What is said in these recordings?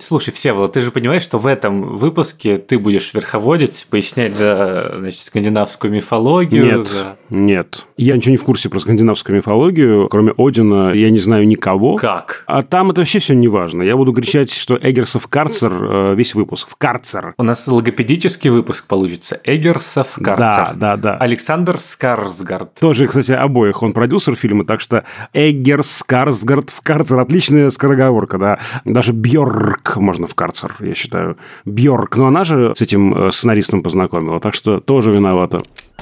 Слушай, Всеволод, ты же понимаешь, что в этом выпуске ты будешь верховодить, пояснять за, значит, скандинавскую мифологию. Нет. Я ничего не в курсе про скандинавскую мифологию. Кроме Одина, я не знаю никого. Как? А там это вообще все не важно. Я буду кричать, что Эггерсов карцер весь выпуск. В карцер. У нас логопедический выпуск получится. Эггерсов карцер. Да. Александр Скарсгард. Тоже, кстати, обоих. Он продюсер фильма, так что Эггерс Скарсгард в карцер. Отличная скороговорка, да. Даже Бьорк можно в карцер, я считаю. Бьорк. Но она же с этим сценаристом познакомила, так что тоже виновата.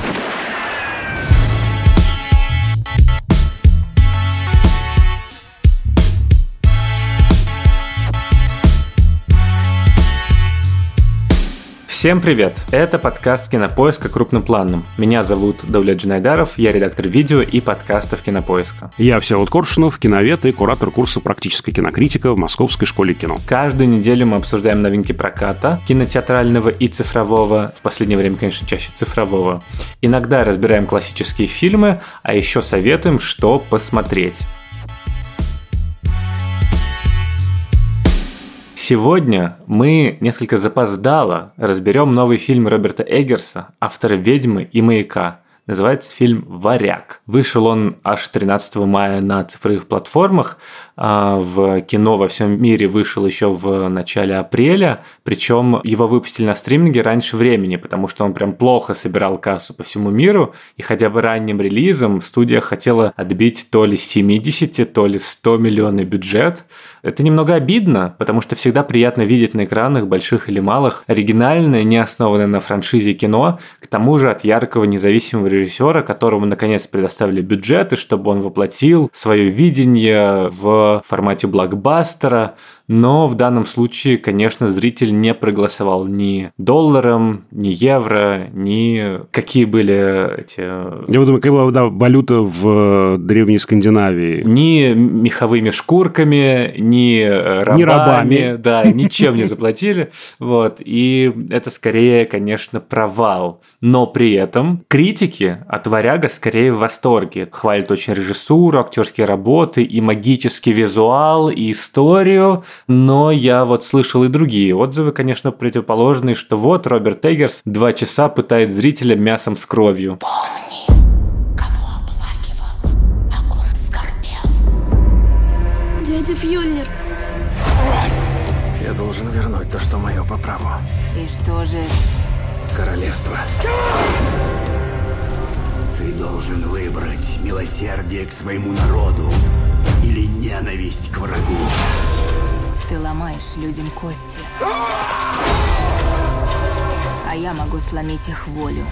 Всем привет! Это подкаст «Кинопоиска. Крупным планом». Меня зовут Давлет Джинайдаров, я редактор видео и подкастов «Кинопоиска». Я Всеволод Коршунов, киновед и куратор курса «Практическая кинокритика» в Московской школе кино. Каждую неделю мы обсуждаем новинки проката, кинотеатрального и цифрового, в последнее время, конечно, чаще цифрового. Иногда разбираем классические фильмы, а еще советуем, что посмотреть. Сегодня мы несколько запоздало разберем новый фильм Роберта Эггерса, автора «Ведьмы» и «Маяка». Называется фильм «Варяг». Вышел он аж 13 мая на цифровых платформах. В кино во всем мире вышел еще в начале апреля. Причем его выпустили на стриминге раньше времени, потому что он прям плохо собирал кассу по всему миру. И хотя бы ранним релизом студия хотела отбить то ли 70, то ли 100 миллионный бюджет. Это немного обидно, потому что всегда приятно видеть на экранах, больших или малых, оригинальное, не основанное на франшизе кино, к тому же от яркого независимого режиссера, которому наконец предоставили бюджеты, чтобы он воплотил свое видение в формате блокбастера. Но в данном случае, конечно, зритель не проголосовал ни долларом, ни евро, ни какие были эти... Я думаю, какая была валюта в древней Скандинавии. Ни меховыми шкурками, ни рабами. Да, ничем не заплатили. Вот. И это скорее, конечно, провал. Но при этом критики от «Варяга» скорее в восторге. Хвалят очень режиссуру, актерские работы, и магический визуал, и историю. Но я вот слышал и другие отзывы, конечно, противоположные, что вот Роберт Эггерс 2 часа пытает зрителя мясом с кровью. Помни, кого оплакивал, о ком скорбел. Дядя Фьёльнир. Я должен вернуть то, что мое по праву. И что же? Королевство. Ты должен выбрать милосердие к своему народу или ненависть к врагу. Ты ломаешь людям кости. А я могу сломить их волю.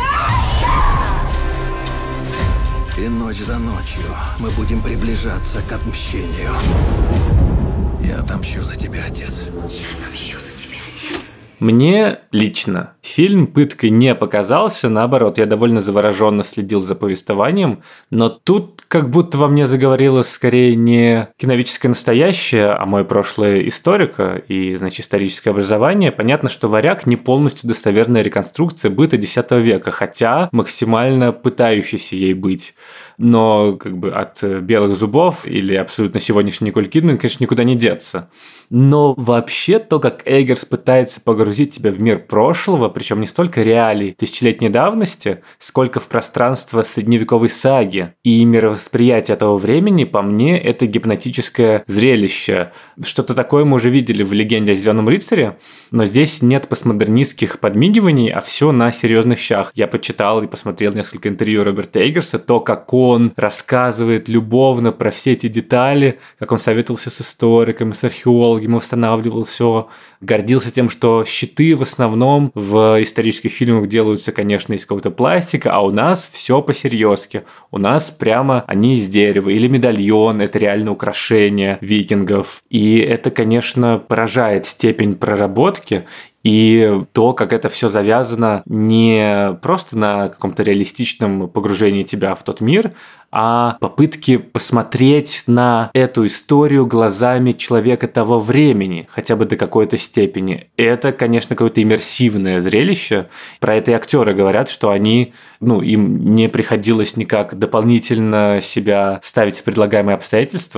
И ночь за ночью мы будем приближаться к отмщению. Я отомщу за тебя, отец. Я отомщу за тебя, отец. Мне лично фильм пыткой не показался, наоборот, я довольно завороженно следил за повествованием, но тут как будто во мне заговорило скорее не киновическое настоящее, а мое прошлое историка и, значит, историческое образование. Понятно, что «Варяг» не полностью достоверная реконструкция быта X века, хотя максимально пытающийся ей быть. Но как бы от «Белых зубов» или абсолютно сегодняшний Николь Кидман, конечно, никуда не деться. Но вообще то, как Эггерс пытается погрузить тебя в мир прошлого, причем не столько реалий тысячелетней давности, сколько в пространство средневековой саги и мировосприятие этого времени, по мне, это гипнотическое зрелище. Что-то такое мы уже видели в «Легенде о Зеленом рыцаре», но здесь нет постмодернистских подмигиваний, а все на серьезных щах. Я почитал и посмотрел несколько интервью Роберта Эггерса, то, как он рассказывает любовно про все эти детали, как он советовался с историками, с археологами, восстанавливал все, гордился тем, что щиты в основном в исторических фильмах делаются, конечно, из какого-то пластика, а у нас все по-серьезки. У нас прямо они из дерева. Или медальон – это реально украшение викингов. И это, конечно, поражает степень проработки. И то, как это все завязано не просто на каком-то реалистичном погружении тебя в тот мир, а попытки посмотреть на эту историю глазами человека того времени, хотя бы до какой-то степени. Это, конечно, какое-то иммерсивное зрелище. Про это и актеры говорят, что они, им не приходилось никак дополнительно себя ставить в предлагаемые обстоятельства.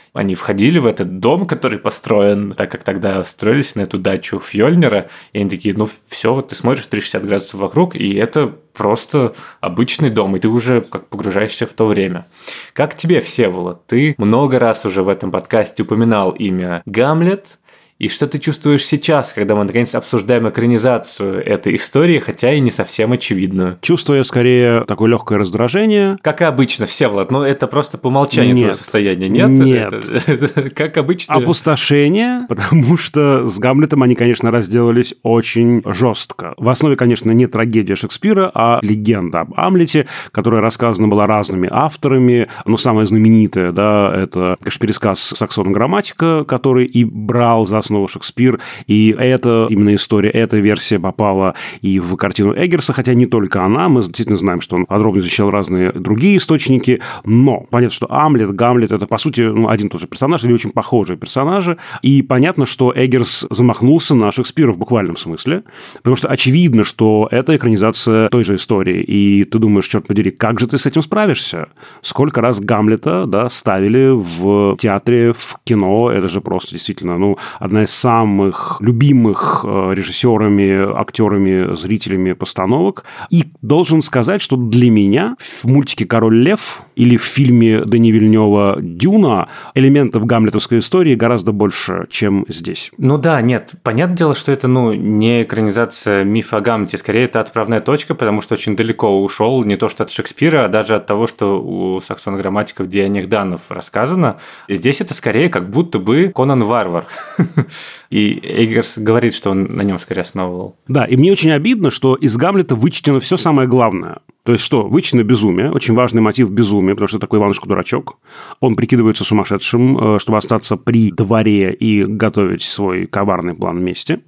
Они входили в этот дом, который построен, так как тогда строились на эту дачу Фьёльнира, и они такие, ну все, вот ты смотришь 360 градусов вокруг, и это просто обычный дом, и ты уже как погружаешься в то время. Как тебе, Всеволод? Ты много раз уже в этом подкасте упоминал имя Гамлет. И что ты чувствуешь сейчас, когда мы наконец обсуждаем экранизацию этой истории, хотя и не совсем очевидную? Чувствую я скорее такое легкое раздражение. Как и обычно, Всеволод, но это просто по умолчанию твое состояние, нет? Нет. Это как обычно. Опустошение, потому что с Гамлетом они, конечно, разделались очень жестко. В основе, конечно, не трагедия Шекспира, а легенда об Амлете, которая рассказана была разными авторами. Но самая знаменитая, да, это, конечно, пересказ Саксона Грамматика, который и брал за основу Шекспир, и эта именно история, эта версия попала и в картину Эггерса, хотя не только она, мы действительно знаем, что он подробно изучал разные другие источники, но понятно, что Амлет, Гамлет – это, по сути, один и тот же персонаж, или очень похожие персонажи, и понятно, что Эггерс замахнулся на Шекспира в буквальном смысле, потому что очевидно, что это экранизация той же истории, и ты думаешь, черт подери, как же ты с этим справишься? Сколько раз Гамлета, да, ставили в театре, в кино, это же просто действительно, одна из самых любимых режиссерами, актерами, зрителями постановок. И должен сказать, что для меня в мультике «Король лев» или в фильме Дени Вильнёва «Дюна» элементов гамлетовской истории гораздо больше, чем здесь. Ну да, нет, понятное дело, что это, не экранизация мифа о Гамлете, скорее это отправная точка, потому что очень далеко ушел не то что от Шекспира, а даже от того, что у Саксона Грамматика в «Деяниях Данов» рассказано. И здесь это скорее как будто бы Конан Варвар. И Эггерс говорит, что он на нем скорее основывал. Да, и мне очень обидно, что из Гамлета вычтено все самое главное. То есть что? Вычтено безумие, очень важный мотив безумия, потому что такой Иванушка-дурачок. Он прикидывается сумасшедшим, чтобы остаться при дворе и готовить свой коварный план мести.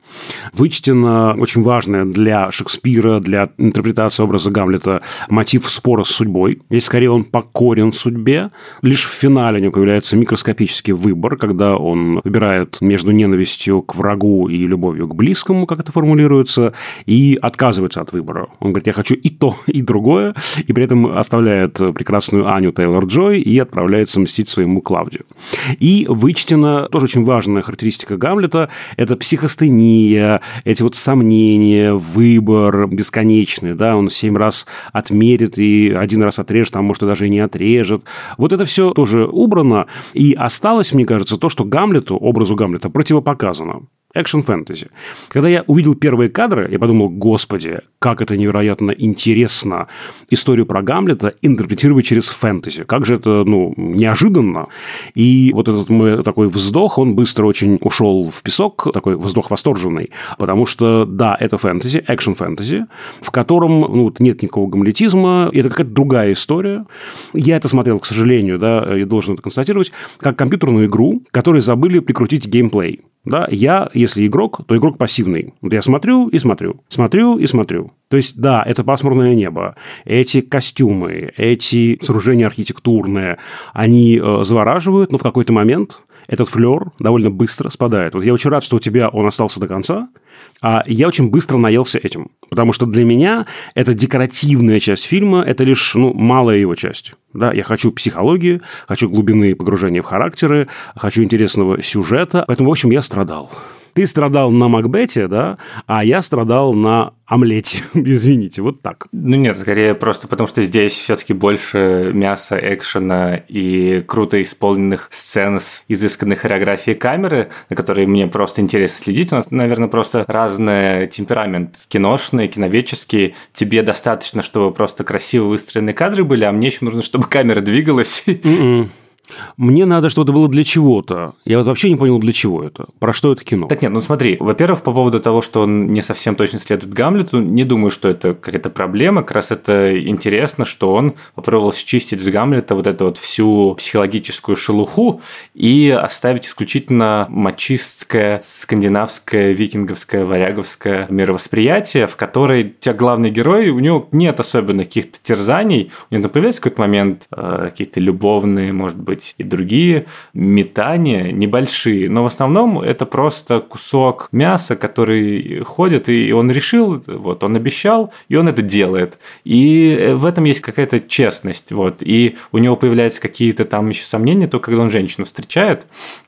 Вычтено очень важное для Шекспира, для интерпретации образа Гамлета мотив спора с судьбой. Здесь скорее он покорен судьбе. Лишь в финале у него появляется микроскопический выбор, когда он выбирает между ненавистью к врагу и любовью к близкому, как это формулируется, и отказывается от выбора. Он говорит, я хочу и то, и другое, и при этом оставляет прекрасную Аню Тейлор-Джой и отправляется мстить своему Клавдию. И вычтена тоже очень важная характеристика Гамлета – это психостения, эти вот сомнения, выбор бесконечный, да, он 7 раз отмерит и 1 раз отрежет, а может и даже и не отрежет. Вот это все тоже убрано, и осталось, мне кажется, то, что Гамлету, образу Гамлета, противопоказано. Экшн-фэнтези. Когда я увидел первые кадры, я подумал, господи, как это невероятно интересно историю про Гамлета интерпретировать через фэнтези. Как же это, неожиданно. И вот этот мой такой вздох, он быстро очень ушел в песок, такой вздох восторженный, потому что, да, это фэнтези, экшн-фэнтези, в котором нет никакого гамлетизма, это какая-то другая история. Я это смотрел, к сожалению, да, я должен это констатировать, как компьютерную игру, которой забыли прикрутить геймплей. Да, я, если игрок, то игрок пассивный. Вот я смотрю и смотрю, смотрю и смотрю. То есть, да, это пасмурное небо, эти костюмы, эти сооружения архитектурные, они завораживают, но в какой-то момент этот флёр довольно быстро спадает. Вот я очень рад, что у тебя он остался до конца, а я очень быстро наелся этим. Потому что для меня эта декоративная часть фильма – это лишь малая его часть. Да, я хочу психологии, хочу глубины погружения в характеры, хочу интересного сюжета. Поэтому, в общем, я страдал. Ты страдал на Макбете, да, а я страдал на Омлете. Извините, вот так. Нет, скорее просто потому, что здесь все-таки больше мяса, экшена и круто исполненных сцен с изысканной хореографией камеры, на которые мне просто интересно следить. У нас, наверное, просто разный темперамент киношный, киноведческий. Тебе достаточно, чтобы просто красиво выстроенные кадры были, а мне еще нужно, чтобы камера двигалась. Мне надо, чтобы это было для чего-то. Я вот вообще не понял, для чего это. Про что это кино? Так нет, смотри. Во-первых, по поводу того, что он не совсем точно следует Гамлету, не думаю, что это какая-то проблема. Как раз это интересно, что он попробовал счистить с Гамлета вот эту вот всю психологическую шелуху и оставить исключительно мачистское, скандинавское, викинговское, варяговское мировосприятие, в которой у тебя главный герой, у него нет особенно каких-то терзаний, у него появляется какой-то момент какие-то любовные, может быть, быть и другие метания небольшие, но в основном это просто кусок мяса, который ходит, и он решил, вот, он обещал, и он это делает. И в этом есть какая-то честность, вот, и у него появляются какие-то там еще сомнения, только когда он женщину встречает,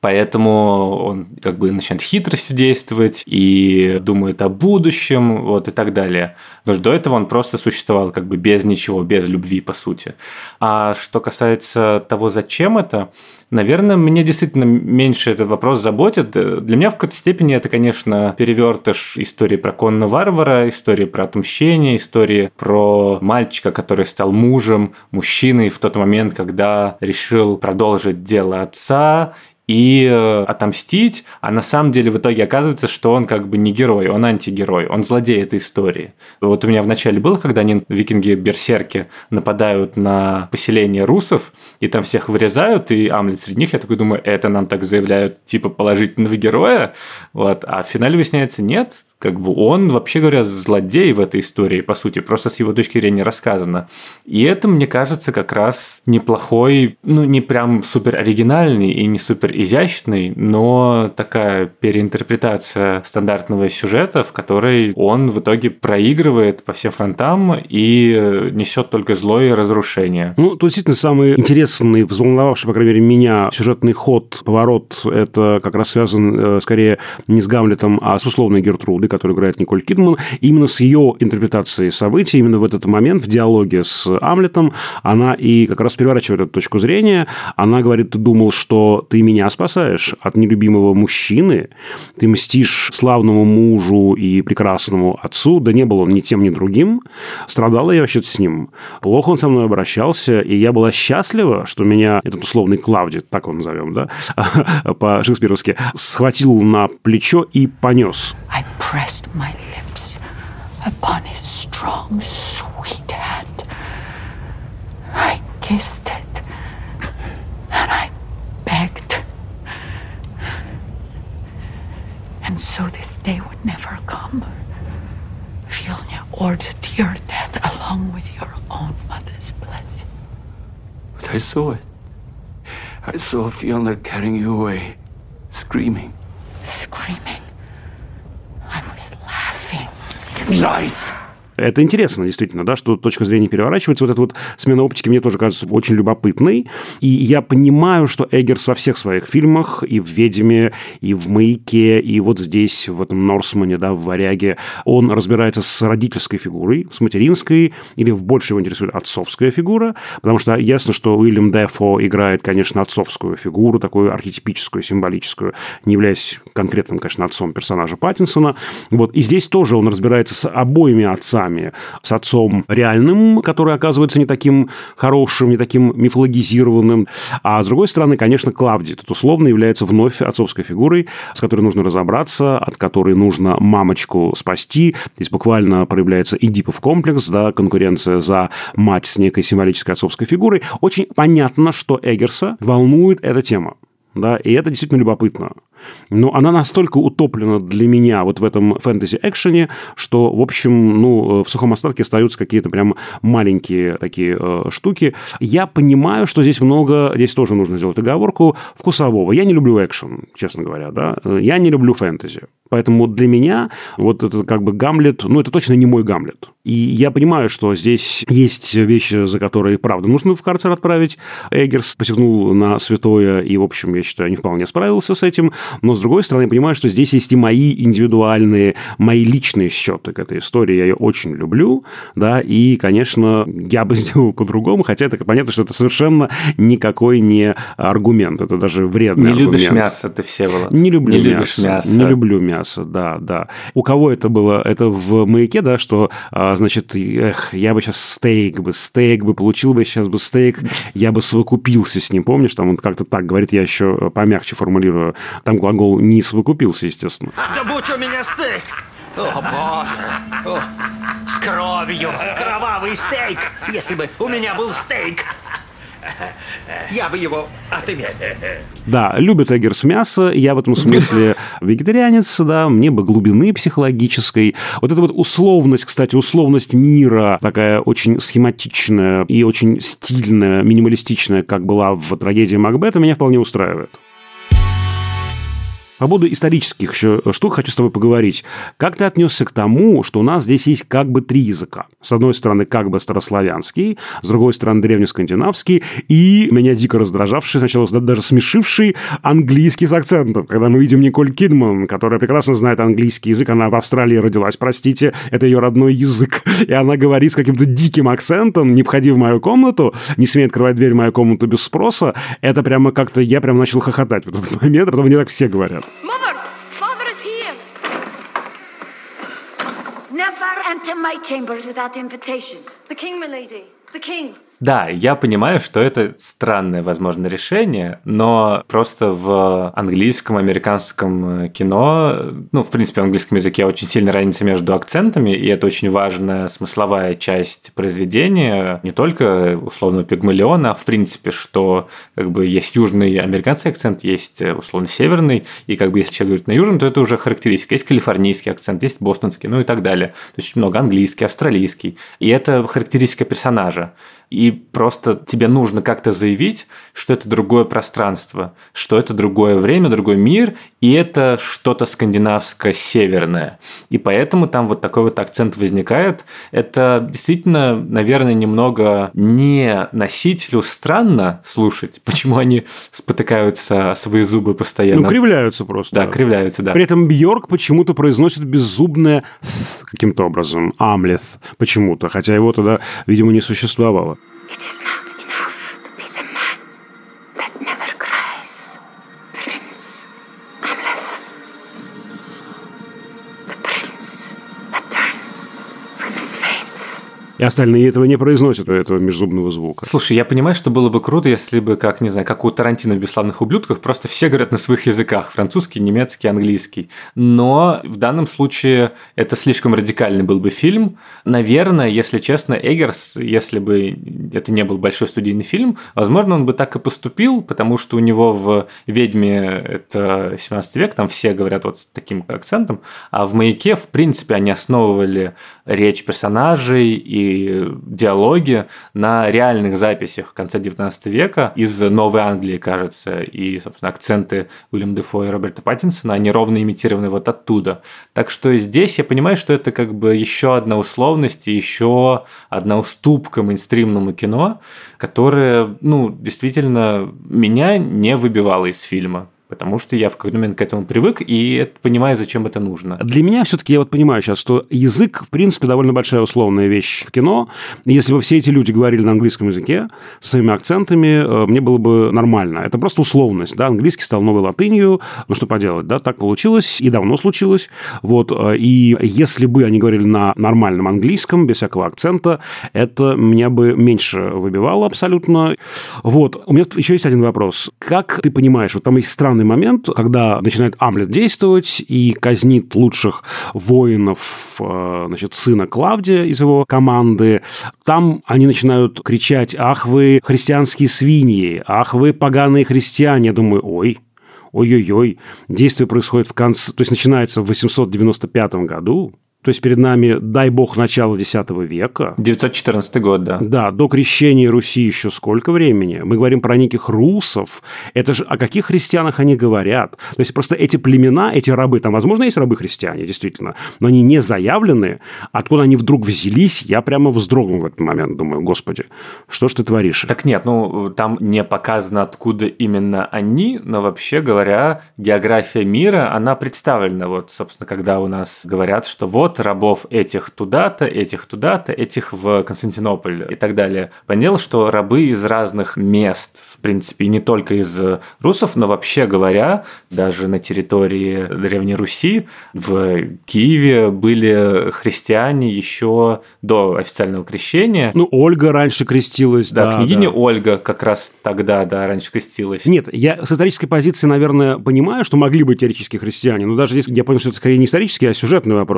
поэтому он как бы начинает хитростью действовать и думает о будущем, вот, и так далее. Потому что до этого он просто существовал как бы без ничего, без любви, по сути. А что касается того, зачем это, наверное, мне действительно меньше этот вопрос заботит. Для меня в какой-то степени это, конечно, перевертыш истории про Конана Варвара, истории про отмщение, истории про мальчика, который стал мужем, мужчиной в тот момент, когда решил продолжить дело отца и отомстить, а на самом деле в итоге оказывается, что он как бы не герой, он антигерой, он злодей этой истории. Вот у меня вначале было, когда они, викинги-берсерки, нападают на поселение русов, и там всех вырезают, и Амлет среди них, я такой думаю, это нам так заявляют, типа, положительного героя, вот, а в финале выясняется, нет, как бы он, вообще говоря, злодей в этой истории, по сути, просто с его точки зрения рассказано. И это, мне кажется, как раз неплохой, ну, не прям супер оригинальный и не супер изящный, но такая переинтерпретация стандартного сюжета, в которой он в итоге проигрывает по всем фронтам и несет только зло и разрушение. Ну, тут действительно самый интересный, взволновавший, по крайней мере, меня сюжетный ход, поворот, это как раз связан скорее не с Гамлетом, а с условной Гертрудой, которую играет Николь Кидман, именно с ее интерпретацией событий, именно в этот момент, в диалоге с Амлетом, она и как раз переворачивает эту точку зрения. Она говорит, ты думал, что ты меня спасаешь от нелюбимого мужчины, ты мстишь славному мужу и прекрасному отцу, да не был он ни тем, ни другим, страдала я вообще с ним, плохо он со мной обращался, и я была счастлива, что меня этот условный Клавдий, так его назовем, да, по-шекспировски, схватил на плечо и понес. I pressed my lips upon his strong, sweet hand. I kissed it, and I begged. And so this day would never come. Fjolnir ordered your death along with your own mother's blessing. But I saw it. I saw Fjolnir carrying you away, screaming. Screaming. I was laughing. Nice! Это интересно, действительно, да, что точка зрения переворачивается. Вот эта вот смена оптики мне тоже кажется очень любопытной. И я понимаю, что Эггерс во всех своих фильмах, и в «Ведьме», и в «Маяке», и вот здесь, в этом «Норсмане», да, в «Варяге», он разбирается с родительской фигурой, с материнской, или больше его интересует отцовская фигура, потому что ясно, что Уильям Дефо играет, конечно, отцовскую фигуру, такую архетипическую, символическую, не являясь конкретным, конечно, отцом персонажа Паттинсона. Вот. И здесь тоже он разбирается с обоими отцами, с отцом реальным, который оказывается не таким хорошим, не таким мифологизированным. А с другой стороны, конечно, Клавдий. Тут условно является вновь отцовской фигурой, с которой нужно разобраться, от которой нужно мамочку спасти. Здесь буквально проявляется эдипов комплекс, да, конкуренция за мать с некой символической отцовской фигурой. Очень понятно, что Эггерса волнует эта тема. Да, и это действительно любопытно. Но она настолько утоплена для меня вот в этом фэнтези-экшене, что, в общем, ну, в сухом остатке остаются какие-то прям маленькие такие штуки. Я понимаю, что здесь много, здесь тоже нужно сделать оговорку, вкусового. Я не люблю экшен, честно говоря, да. Я не люблю фэнтези. Поэтому для меня вот это как бы Гамлет, ну, это точно не мой Гамлет. И я понимаю, что здесь есть вещи, за которые, правда, нужно в карцер отправить. Эггерс посягнул на святое и, в общем, я считаю, не вполне справился с этим. Но, с другой стороны, я понимаю, что здесь есть и мои индивидуальные, мои личные счеты к этой истории. Я ее очень люблю, да, и, конечно, я бы сделал по-другому, хотя это понятно, что это совершенно никакой не аргумент. Это даже вредный аргумент. Не любишь мясо ты, Всеволод? Не люблю мясо. Не люблю мясо, да, да. У кого это было? Это в «Маяке», да, что, значит, я бы сейчас стейк бы получил бы сейчас бы стейк, я бы совокупился с ним, помнишь? Там он как-то так говорит, я еще помягче формулирую. Там глагол не совокупился, естественно. Да будь у меня стейк! О, боже! С кровью! Кровавый стейк! Если бы у меня был стейк! Я бы его отымел. Да, любит Эггерс мясо, я в этом смысле вегетарианец, да, мне бы глубины психологической. Вот эта вот условность, кстати, условность мира, такая очень схематичная и очень стильная, минималистичная, как была в трагедии Макбета, меня вполне устраивает. По поводу исторических еще штук хочу с тобой поговорить. Как ты отнесся к тому, что у нас здесь есть как бы три языка? С одной стороны, как бы старославянский, с другой стороны, древнескандинавский, и меня дико раздражавший, сначала даже смешивший английский с акцентом. Когда мы видим Николь Кидман, которая прекрасно знает английский язык, она в Австралии родилась, простите, это ее родной язык, и она говорит с каким-то диким акцентом: не входи в мою комнату, не смей открывать дверь в мою комнату без спроса. Это прямо как-то, я прям начал хохотать в этот момент, потому что мне так все говорят. Mother, father is here. Never enter my chambers without invitation. The king, milady. The king. Да, я понимаю, что это странное, возможно, решение, но просто в английском, американском кино, ну, в принципе, в английском языке очень сильная разница между акцентами, и это очень важная смысловая часть произведения, не только условного Пигмалиона, а в принципе, что как бы есть южный американский акцент, есть условно северный, и как бы если человек говорит на южном, то это уже характеристика. Есть калифорнийский акцент, есть бостонский, ну и так далее. То есть очень много английский, австралийский, и это характеристика персонажа. И просто тебе нужно как-то заявить, что это другое пространство, что это другое время, другой мир, и это что-то скандинавско-северное. И поэтому там вот такой вот акцент возникает. Это действительно, наверное, немного не носителю странно слушать, почему они спотыкаются о свои зубы постоянно. Ну, кривляются просто. Да, кривляются, да. При этом Бьорк почему-то произносит беззубное «th» каким-то образом, «амлeth» почему-то, хотя его тогда, видимо, не существовало. It is not enough to be the man that never cries. Prince Amleth. The prince that turned from his fate. И остальные этого не произносят, этого межзубного звука. Слушай, я понимаю, что было бы круто, если бы, как, не знаю, как у Тарантино в «Бесславных ублюдках», просто все говорят на своих языках: французский, немецкий, английский. Но в данном случае это слишком радикальный был бы фильм. Наверное, если честно, Эггерс, если бы это не был большой студийный фильм, возможно, он бы так и поступил, потому что у него в «Ведьме» это 17 век, там все говорят вот с таким акцентом, а в «Маяке», в принципе, они основывали речь персонажей и диалоги на реальных записях в конце 19 века из Новой Англии, кажется, и, собственно, акценты Уильяма Дефо и Роберта Паттинсона, они ровно имитированы вот оттуда. Так что здесь я понимаю, что это как бы еще одна условность и еще одна уступка мейнстримному кино, которая, ну, действительно меня не выбивала из фильма. Потому что я в какой-то момент к этому привык и понимаю, зачем это нужно. Для меня все-таки я вот понимаю сейчас, что язык, в принципе, довольно большая условная вещь в кино. Если бы все эти люди говорили на английском языке со своими акцентами, мне было бы нормально. Это просто условность, да, английский стал новой латынью, ну что поделать, да, так получилось и давно случилось. Вот, и если бы они говорили на нормальном английском, без всякого акцента, это меня бы меньше выбивало абсолютно. Вот, у меня еще есть один вопрос. Как ты понимаешь, вот там есть странный момент, когда начинает Амлет действовать и казнит лучших воинов, значит, сына Клавдия из его команды. Там они начинают кричать: «Ах вы, христианские свиньи! Ах вы, поганые христиане!» Я думаю, ой-ой-ой. Действие происходит в конце, то есть начинается в 895 году. То есть перед нами, дай бог, начало X века. 914 год, да. Да, до крещения Руси еще сколько времени? Мы говорим про неких русов. Это же о каких христианах они говорят? То есть просто эти племена, эти рабы, там, возможно, есть рабы-христиане, действительно, но они не заявлены. Откуда они вдруг взялись, я прямо вздрогнул в этот момент. Думаю, господи, что ж ты творишь? Так нет, ну, там не показано, откуда именно они, но вообще говоря, география мира, она представлена. Вот, собственно, когда у нас говорят, что вот рабов этих туда-то, этих в Константинополь и так далее. Понятное дело, что рабы из разных мест, в принципе, и не только из русов, но вообще говоря, даже на территории Древней Руси, в Киеве были христиане еще до официального крещения. Ну, Ольга раньше крестилась. Да, княгиня Ольга как раз тогда, да, раньше крестилась. Нет, я с исторической позиции, наверное, понимаю, что могли быть теоретические христиане, но даже здесь я понял, что это скорее не исторический, а сюжетный вопрос.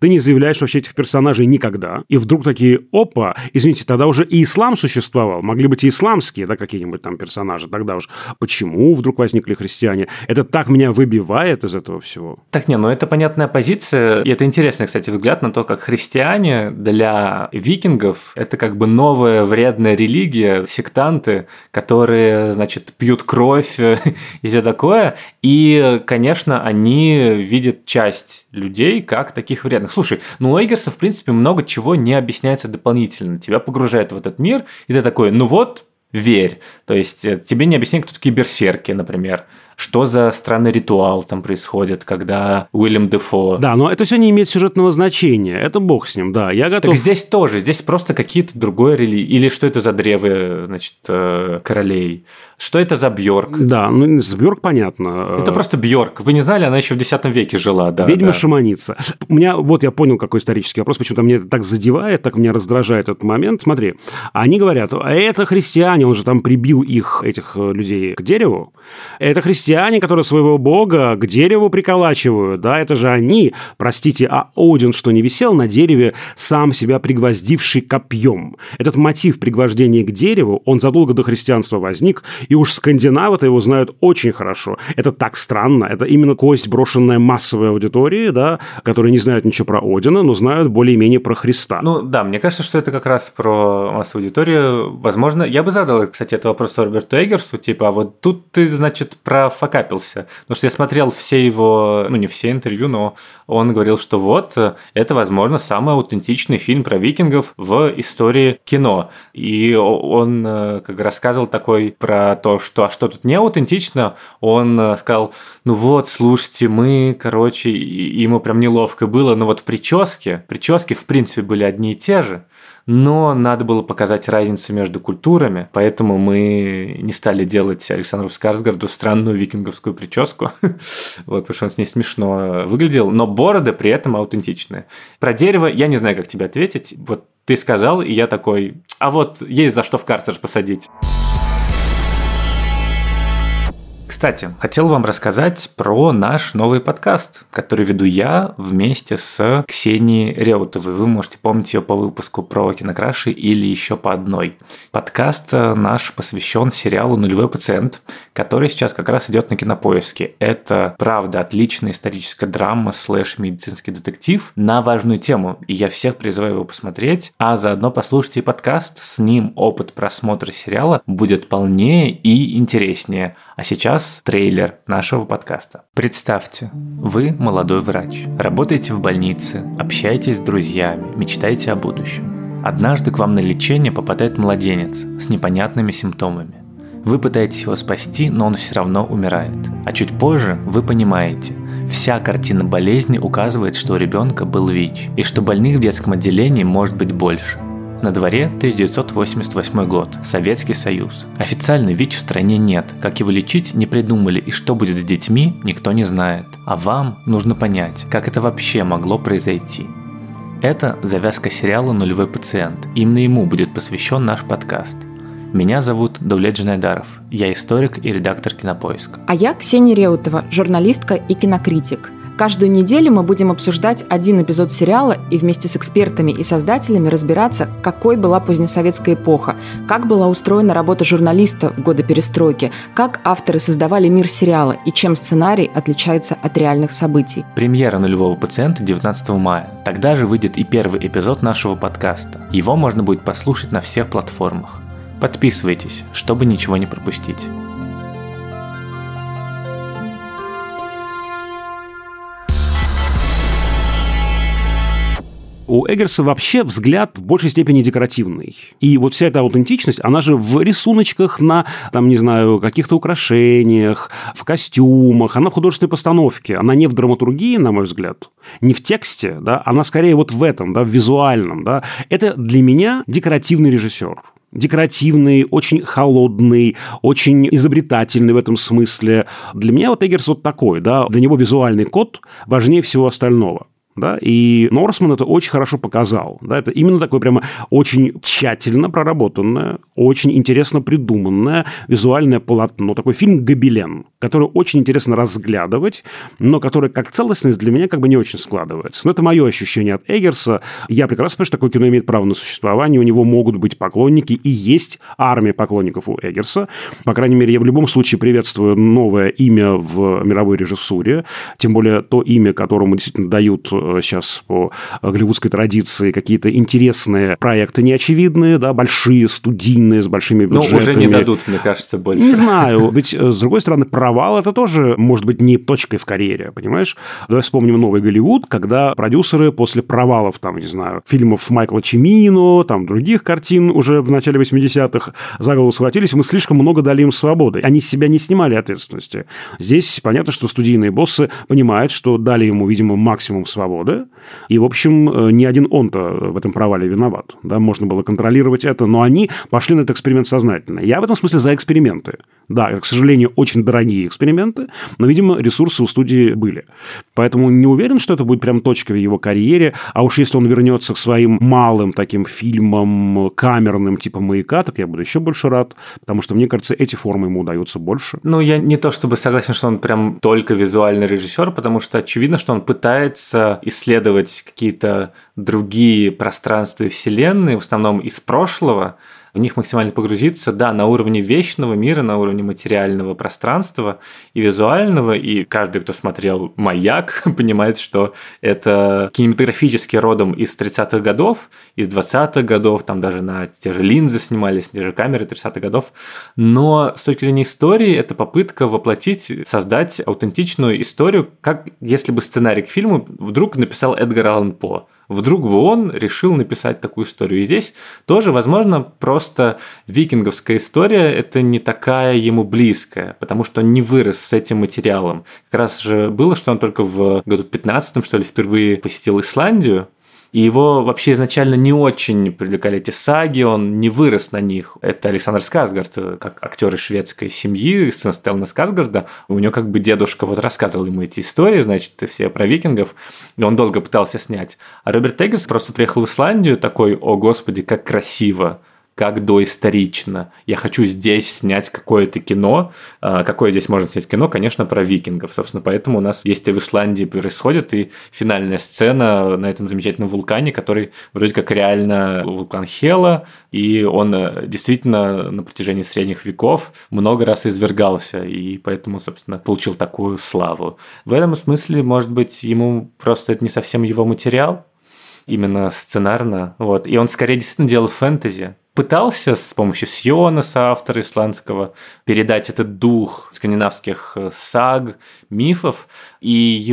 ты не заявляешь вообще этих персонажей никогда, и вдруг такие, опа, извините, тогда уже и ислам существовал, могли быть и исламские, да, какие-нибудь там персонажи, тогда уж почему вдруг возникли христиане? Это так меня выбивает из этого всего. Так не, ну это понятная позиция, и это интересный, кстати, взгляд на то, как христиане для викингов – это как бы новая вредная религия, сектанты, которые, значит, пьют кровь и все такое, и, конечно, они видят часть людей как таких вредных. Слушай, ну у Эггерса, в принципе, много чего не объясняется дополнительно, тебя погружает в этот мир, и ты такой, ну вот, верь. То есть тебе не объясняют, кто такие берсерки, например. Что за странный ритуал там происходит, когда Уильям Дефо... Да, но это все не имеет сюжетного значения. Это бог с ним, да. Я готов... Так здесь тоже. Здесь просто какие-то другое религии. Или что это за древо, значит, королей? Что это за Бьорк? Да, ну, с Бьорк понятно. Это просто Бьорк. Вы не знали, она еще в X веке жила, да. Ведьма-шаманица. У меня, вот я понял, какой исторический вопрос, почему-то мне это так задевает, так меня раздражает этот момент. Смотри, они говорят, это христиане, он же там прибил их, этих людей, к дереву. Это христиане, которые своего бога к дереву приколачивают, да, это же они, простите, а Один, что не висел на дереве, сам себя пригвоздивший копьем. Этот мотив пригвождения к дереву, он задолго до христианства возник, и уж скандинавы-то его знают очень хорошо. Это так странно, это именно кость, брошенная массовой аудитории, да, которые не знают ничего про Одина, но знают более-менее про Христа. Ну да, мне кажется, что это как раз про массовую аудиторию. Возможно, я бы задал, кстати, этот вопрос Роберту Эггерсу, типа, а вот тут ты, значит, профокапился. Потому что я смотрел все его, ну не все интервью, но он говорил, что вот, это, возможно, самый аутентичный фильм про викингов в истории кино. И он как рассказывал такой про то, что, а что тут не аутентично, он сказал, ну вот, слушайте, мы, короче, ему прям неловко было, но вот прически в принципе были одни и те же, но надо было показать разницу между культурами, поэтому мы не стали делать Александру Скарсгарду странную викинговскую прическу, вот, потому что он с ней смешно выглядел, но бороды при этом аутентичные. Про дерево я не знаю, как тебе ответить, вот ты сказал, и я такой, а вот есть за что в карцер посадить. Кстати, хотел вам рассказать про наш новый подкаст, который веду я вместе с Ксенией Реутовой. Вы можете помнить ее по выпуску про кинокраши или еще по одной. Подкаст наш посвящен сериалу «Нулевой пациент», который сейчас как раз идет на Кинопоиске. Это, правда, отличная историческая драма / медицинский детектив на важную тему, и я всех призываю его посмотреть, а заодно послушайте подкаст, с ним опыт просмотра сериала будет полнее и интереснее. А сейчас трейлер нашего подкаста. Представьте, вы молодой врач, работаете в больнице, общаетесь с друзьями, мечтаете о будущем. Однажды к вам на лечение попадает младенец с непонятными симптомами. Вы пытаетесь его спасти, но он все равно умирает. А чуть позже вы понимаете, вся картина болезни указывает, что у ребенка был ВИЧ, и что больных в детском отделении может быть больше. На дворе 1988 год, Советский Союз. Официально ВИЧ в стране нет, как его лечить не придумали и что будет с детьми, никто не знает. А вам нужно понять, как это вообще могло произойти. Это завязка сериала «Нулевой пациент», именно ему будет посвящен наш подкаст. Меня зовут Давлет Джанайдаров, я историк и редактор Кинопоиска. А я Ксения Реутова, журналистка и кинокритик. Каждую неделю мы будем обсуждать один эпизод сериала и вместе с экспертами и создателями разбираться, какой была позднесоветская эпоха, как была устроена работа журналиста в годы перестройки, как авторы создавали мир сериала и чем сценарий отличается от реальных событий. Премьера «Нулевого пациента» 19 мая. Тогда же выйдет и первый эпизод нашего подкаста. Его можно будет послушать на всех платформах. Подписывайтесь, чтобы ничего не пропустить. У Эггерса вообще взгляд в большей степени декоративный. И вот вся эта аутентичность, она же в рисуночках на, там, не знаю, каких-то украшениях, в костюмах, она в художественной постановке, она не в драматургии, на мой взгляд, не в тексте, да, она скорее вот в этом, да, в визуальном, да. Это для меня декоративный режиссер. Декоративный, очень холодный, очень изобретательный в этом смысле. Для меня вот Эггерс вот такой, да, для него визуальный код важнее всего остального. Да, и Норсман это очень хорошо показал. Да, это именно такое прямо очень тщательно проработанное, очень интересно придуманное визуальное полотно. Такой фильм «Гобелен», который очень интересно разглядывать, но который как целостность для меня как бы не очень складывается. Но это мое ощущение от Эггерса. Я прекрасно понимаю, что такое кино имеет право на существование, у него могут быть поклонники, и есть армия поклонников у Эггерса. По крайней мере, я в любом случае приветствую новое имя в мировой режиссуре, тем более то имя, которому действительно дают сейчас по голливудской традиции какие-то интересные проекты неочевидные, да, большие, студийные, с большими бюджетами. Ну, уже не дадут, мне кажется, больше. Не знаю. Ведь, с другой стороны, провал – это тоже, может быть, не точкой в карьере, понимаешь? Давай вспомним «Новый Голливуд», когда продюсеры после провалов, там, не знаю, фильмов Майкла Чимино, там, других картин уже в начале 80-х за голову схватились, мы слишком много дали им свободы. Они с себя не снимали ответственности. Здесь понятно, что студийные боссы понимают, что дали ему, видимо, максимум свободы, и, в общем, не один он-то в этом провале виноват. Да, можно было контролировать это, но они пошли на этот эксперимент сознательно. Я в этом смысле за эксперименты. Да, это, к сожалению, очень дорогие эксперименты, но, видимо, ресурсы у студии были. Поэтому не уверен, что это будет прям точка в его карьере, а уж если он вернется к своим малым таким фильмам, камерным, типа «Маяка», так я буду еще больше рад, потому что, мне кажется, эти формы ему удаются больше. Ну, я не то чтобы согласен, что он прям только визуальный режиссер, потому что очевидно, что он пытается исследовать какие-то другие пространства и вселенные, в основном из прошлого, в них максимально погрузиться, да, на уровне вечного мира, на уровне материального пространства и визуального, и каждый, кто смотрел «Маяк», понимает, что это кинематографически родом из 30-х годов, из 20-х годов, там даже на те же линзы снимались, те же камеры 30-х годов, но с точки зрения истории это попытка воплотить, создать аутентичную историю, как если бы сценарий к фильму вдруг написал Эдгар Аллан По. Вдруг бы он решил написать такую историю. И здесь тоже, возможно, просто викинговская история – это не такая ему близкая, потому что он не вырос с этим материалом. Как раз же было, что он только в году 15-м, что ли, впервые посетил Исландию, и его вообще изначально не очень привлекали эти саги, он не вырос на них. Это Александр Скарсгард, как актер из шведской семьи, сын Стеллана Скарсгарда. У него как бы дедушка вот рассказывал ему эти истории, значит, все про викингов, и он долго пытался снять. А Роберт Эггерс просто приехал в Исландию такой: о господи, как красиво, как доисторично. Я хочу здесь снять какое-то кино. Какое здесь можно снять кино? Конечно, про викингов. Собственно, поэтому у нас есть и в Исландии происходит и финальная сцена на этом замечательном вулкане, который вроде как реально вулкан Хела, и он действительно на протяжении средних веков много раз извергался, и поэтому, собственно, получил такую славу. В этом смысле, может быть, ему просто это не совсем его материал, именно сценарно. Вот. И он скорее действительно делал фэнтези. Пытался с помощью Сьонаса, автора исландского, передать этот дух скандинавских саг, мифов, и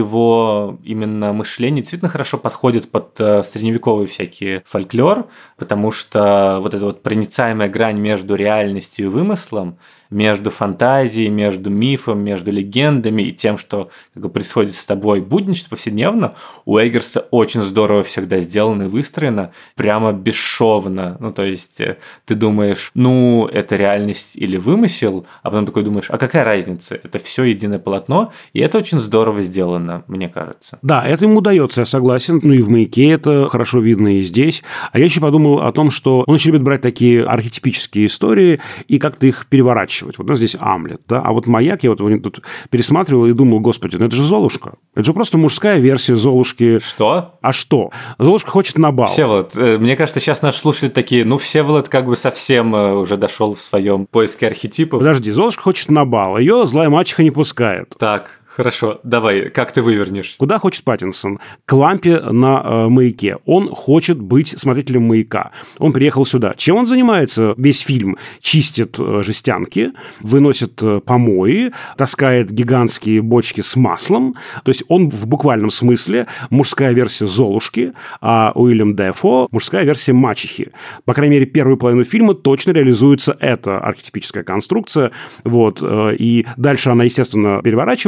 его именно мышление действительно хорошо подходит под средневековый всякий фольклор, потому что вот эта вот проницаемая грань между реальностью и вымыслом, между фантазией, между мифом, между легендами и тем, что как бы происходит с тобой буднично, повседневно, у Эггерса очень здорово всегда сделано и выстроено, прямо бесшовно. Ну, то есть ты думаешь, ну, это реальность или вымысел, а потом такой думаешь, а какая разница? Это все единое полотно, и это очень здорово сделано, мне кажется. Да, это ему удается, я согласен. Ну, и в «Маяке» это хорошо видно, и здесь. А я еще подумал о том, что он очень любит брать такие архетипические истории и как-то их переворачивать. Вот у нас здесь Амлет, да, а вот «Маяк» я вот его тут пересматривал и думал, господи, ну это же Золушка. Это же просто мужская версия Золушки. Что? А что? Золушка хочет на бал. Всеволод, мне кажется, сейчас наши слушатели такие, ну, Всеволод как бы совсем уже дошел в своем поиске архетипов. Подожди, Золушка хочет на бал, ее злая мачеха не пускает. Так. Хорошо, давай, как ты вывернешь? Куда хочет Паттинсон? К лампе на «Маяке». Он хочет быть смотрителем «Маяка». Он приехал сюда. Чем он занимается? Весь фильм чистит жестянки, выносит помои, таскает гигантские бочки с маслом. То есть он в буквальном смысле мужская версия Золушки, а Уильям Дефо мужская версия мачехи. По крайней мере, первую половину фильма точно реализуется эта архетипическая конструкция. Вот. И дальше она, естественно, переворачивается, что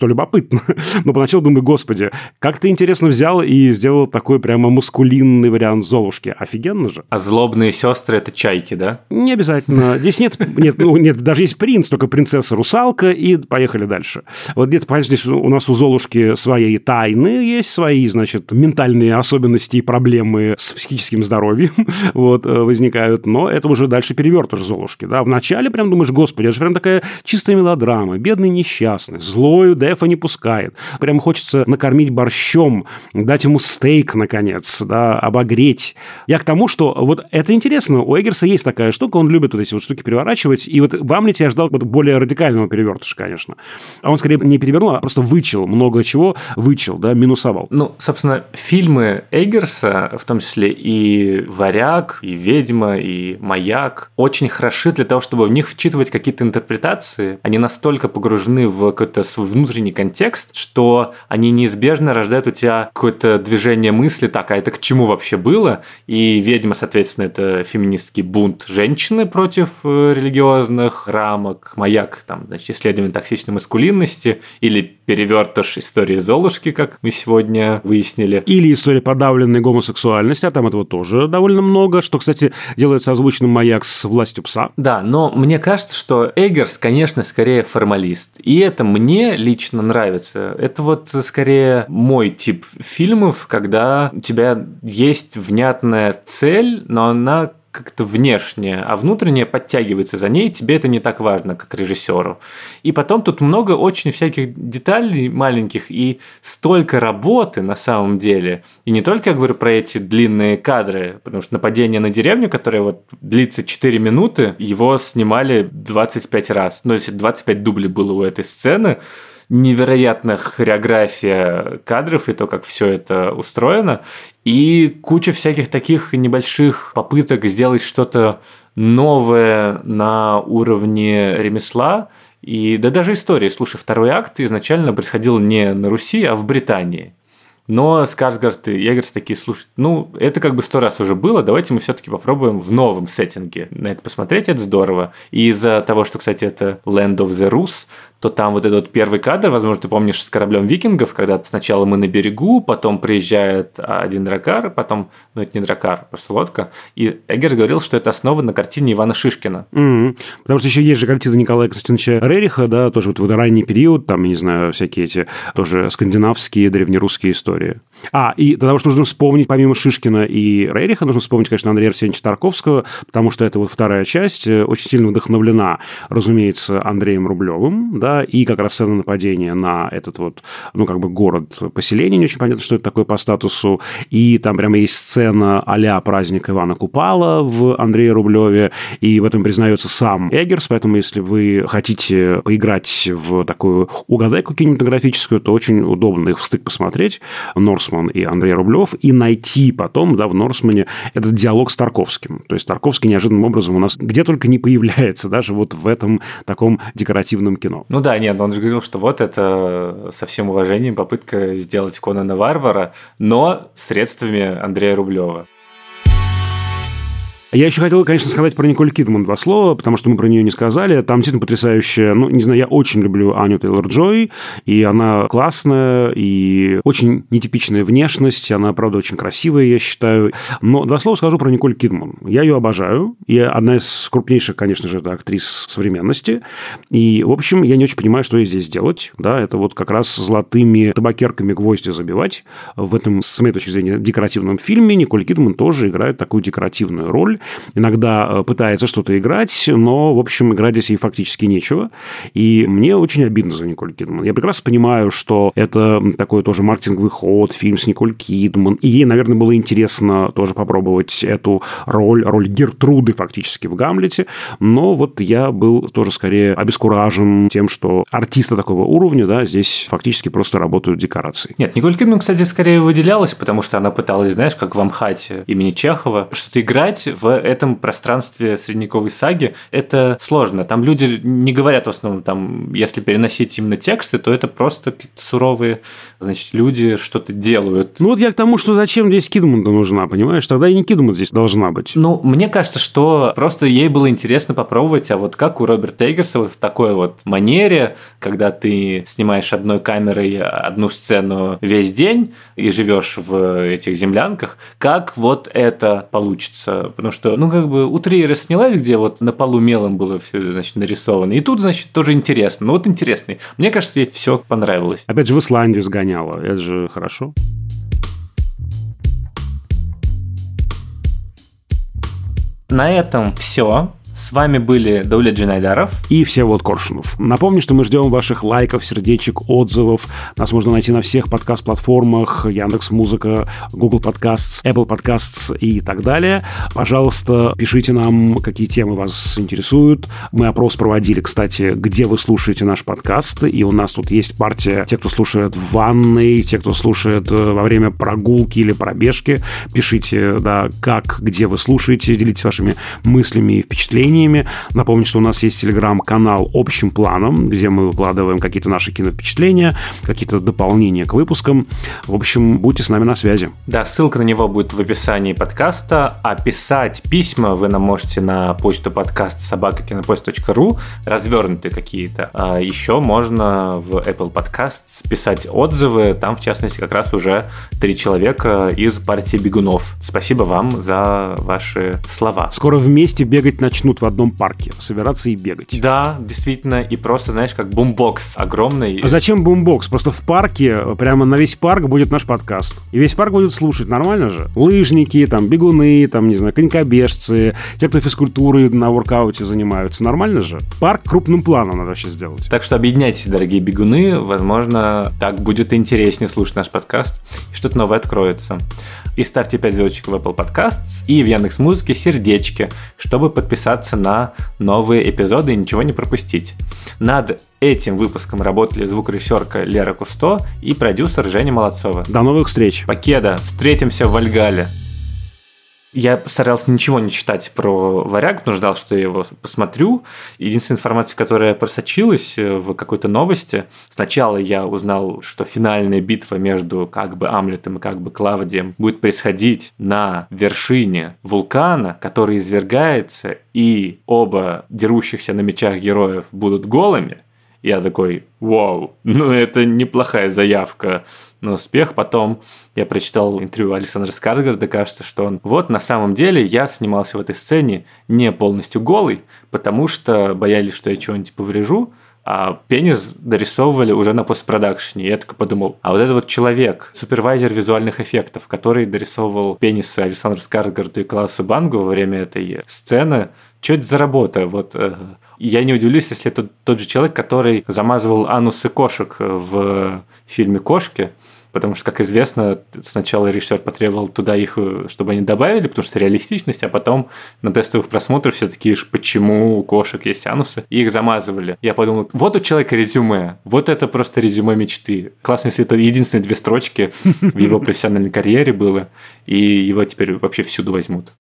что любопытно. Но поначалу думаю, господи, как ты интересно взял и сделал такой прямо маскулинный вариант Золушки. Офигенно же. А злобные сестры – это чайки, да? Не обязательно. Здесь нет, даже есть принц, только принцесса-русалка, и поехали дальше. Вот где-то, понимаете, здесь у нас у Золушки свои тайны есть, свои, значит, ментальные особенности и проблемы с психическим здоровьем вот, возникают, но это уже дальше перевертыш Золушки, да. Вначале прям думаешь, господи, это же прям такая чистая мелодрама, бедный несчастный, злою Дефа не пускает. Прям хочется накормить борщом, дать ему стейк, наконец, да, обогреть. Я к тому, что вот это интересно, у Эггерса есть такая штука, он любит вот эти вот штуки переворачивать, и вот в «Амлете» я ждал вот более радикального перевертыша, конечно. А он скорее не перевернул, а просто вычел, много чего вычел, да, минусовал. Ну, собственно, фильмы Эггерса, в том числе и «Варяг», и «Ведьма», и «Маяк», очень хороши для того, чтобы в них вчитывать какие-то интерпретации. Они настолько погружены в какой-то свой внутренний контекст, что они неизбежно рождают у тебя какое-то движение мысли, так, а это к чему вообще было? И «Ведьма», соответственно, это феминистский бунт женщины против религиозных рамок. «Маяк», там, значит, исследование токсичной маскулинности, или перевертыш истории Золушки, как мы сегодня выяснили. Или история подавленной гомосексуальности, а там этого тоже довольно много, что, кстати, делается озвученным «Маяк» с «Властью пса». Да, но мне кажется, что Эггерс, конечно, скорее формалист. И это мне лично нравится. Это вот скорее мой тип фильмов, когда у тебя есть внятная цель, но она как-то внешняя, а внутренняя подтягивается за ней, тебе это не так важно, как режиссеру. И потом тут много очень всяких деталей маленьких и столько работы на самом деле. И не только я говорю про эти длинные кадры, потому что «Нападение на деревню», которое вот длится 4 минуты, его снимали 25 раз. Ну, 25 дублей было у этой сцены. Невероятная хореография кадров и то, как все это устроено, и куча всяких таких небольших попыток сделать что-то новое на уровне ремесла. И да даже истории. Слушай, второй акт изначально происходил не на Руси, а в Британии. Но Скарсгард и Эггерс такие, слушай, ну, это как бы 100 раз уже было, давайте мы все-таки попробуем в новом сеттинге на это посмотреть, это здорово. И из-за того, что, кстати, это Land of the Rus, то там вот этот вот первый кадр, возможно, ты помнишь, с кораблем викингов, когда сначала мы на берегу, потом приезжает один дракар, потом, ну, это не дракар, просто лодка, и Эггерс говорил, что это основано на картине Ивана Шишкина. Потому что еще есть же картина Николая Константиновича Рериха, да, тоже вот в ранний период, там, я не знаю, всякие эти тоже скандинавские, древнерусские истории. И для того, что нужно вспомнить, помимо Шишкина и Рериха, нужно вспомнить, конечно, Андрея Арсеньевича Тарковского, потому что это вот вторая часть, очень сильно вдохновлена, разумеется, Андреем Рублевым, да, и как раз сцена нападения на этот вот, ну, как бы город-поселение, не очень понятно, что это такое по статусу, и там прямо есть сцена а-ля праздник Ивана Купала в Андрее Рублеве, и в этом признается сам Эггерс, поэтому если вы хотите поиграть в такую угадайку кинематографическую, то очень удобно их встык посмотреть, Норсман и Андрей Рублев, и найти потом, да, в Норсмане этот диалог с Тарковским. То есть Тарковский неожиданным образом у нас где только не появляется, даже вот в этом таком декоративном кино. Ну да, нет, он же говорил, что вот это со всем уважением попытка сделать Конана Варвара, но средствами Андрея Рублева. Я еще хотел, конечно, сказать про Николь Кидман 2 слова, потому что мы про нее не сказали. Там действительно потрясающая, ну, не знаю, я очень люблю Аню Тейлор-Джой, и она классная, и очень нетипичная внешность, она, правда, очень красивая, я считаю. Но 2 слова скажу про Николь Кидман. Я ее обожаю, и одна из крупнейших, конечно же, это актрис современности, и, в общем, я не очень понимаю, что ей здесь делать, да, это вот как раз золотыми табакерками гвозди забивать. В этом, с моей точки зрения, декоративном фильме Николь Кидман тоже играет такую декоративную роль. Иногда пытается что-то играть, но, в общем, играть здесь ей фактически нечего. И мне очень обидно за Николь Кидман. Я прекрасно понимаю, что это такой тоже маркетинговый ход, фильм с Николь Кидман. И ей, наверное, было интересно тоже попробовать эту роль Гертруды фактически в «Гамлете». Но вот я был тоже скорее обескуражен тем, что артисты такого уровня, да, здесь фактически просто работают декорации. Нет, Николь Кидман, кстати, скорее выделялась, потому что она пыталась, знаешь, как в «Амхате» имени Чехова, что-то играть в этом пространстве средневековой саги это сложно. Там люди не говорят в основном, там, если переносить именно тексты, то это просто какие-то суровые, значит, люди что-то делают. Ну вот я к тому, что зачем здесь Кидман нужна, понимаешь? Тогда и не Кидман здесь должна быть. Ну, мне кажется, что просто ей было интересно попробовать, а вот как у Роберта Эггерса вот в такой вот манере, когда ты снимаешь одной камерой одну сцену весь день и живешь в этих землянках, как вот это получится? Потому что, ну, как бы у Триера снялась, где вот на полу мелом было все, значит, нарисовано, и тут, значит, тоже интересно. Ну, вот интересно. Мне кажется, ей все понравилось. Опять же, в Исландию сгоняла. Это же хорошо. На этом все. С вами были Даулет Джинайдаров и Всеволод Коршунов. Напомню, что мы ждем ваших лайков, сердечек, отзывов. Нас можно найти на всех подкаст-платформах: Яндекс.Музыка, Google Podcasts, Apple Podcasts и так далее. Пожалуйста, пишите нам, какие темы вас интересуют. Мы опрос проводили, кстати, где вы слушаете наш подкаст. И у нас тут есть партия те, кто слушает в ванной, те, кто слушает во время прогулки или пробежки. Пишите, да, как, где вы слушаете, делитесь вашими мыслями и впечатлениями. Напомню, что у нас есть телеграм-канал «Общим планом», где мы выкладываем какие-то наши киновпечатления, какие-то дополнения к выпускам. В общем, будьте с нами на связи. Да, ссылка на него будет в описании подкаста. А писать письма вы нам можете на почту podcast@kinopoist.ru, развернутые какие-то. А еще можно в Apple Podcasts писать отзывы. Там, в частности, как раз уже 3 человека из партии бегунов. Спасибо вам за ваши слова. Скоро вместе бегать начнут в одном парке, собираться и бегать. Да, действительно, и просто, знаешь, как бумбокс огромный. А зачем бумбокс? Просто в парке, прямо на весь парк будет наш подкаст. И весь парк будет слушать, нормально же? Лыжники, там, бегуны, там, не знаю, конькобежцы, те, кто физкультурой на воркауте занимаются, нормально же? Парк крупным планом надо вообще сделать. Так что объединяйтесь, дорогие бегуны, возможно, так будет интереснее слушать наш подкаст, и что-то новое откроется. И ставьте 5 звездочек в Apple Podcasts и в Яндекс.Музыке сердечки, чтобы подписаться на новые эпизоды и ничего не пропустить. Над этим выпуском работали звукорежиссерка Лера Кусто и продюсер Женя Молодцова. До новых встреч. Покеда. Встретимся в Вальгалле. Я постарался ничего не читать про «Варяг», потому что ждал, что я его посмотрю. Единственная информация, которая просочилась в какой-то новости, сначала я узнал, что финальная битва между как бы Амлетом и как бы Клавдием будет происходить на вершине вулкана, который извергается, и оба дерущихся на мечах героев будут голыми. Я такой: вау, ну это неплохая заявка на успех. Потом я прочитал интервью Александра Скарсгарда, кажется, что он: вот на самом деле я снимался в этой сцене не полностью голый, потому что боялись, что я чего-нибудь поврежу, а пенис дорисовывали уже на постпродакшене. И я так подумал, а вот этот вот человек, супервайзер визуальных эффектов, который дорисовывал пенисы Александру Скарсгарду и Клаусу Бангу во время этой сцены, что это за работа? Вот я не удивлюсь, если это тот же человек, который замазывал анусы кошек в фильме «Кошки», потому что, как известно, сначала режиссер потребовал туда их, чтобы они добавили, потому что реалистичность, а потом на тестовых просмотрах все такие же, почему у кошек есть анусы, и их замазывали. Я подумал, вот у человека резюме, вот это просто резюме мечты. Классно, если это единственные 2 строчки в его профессиональной карьере было, и его теперь вообще всюду возьмут.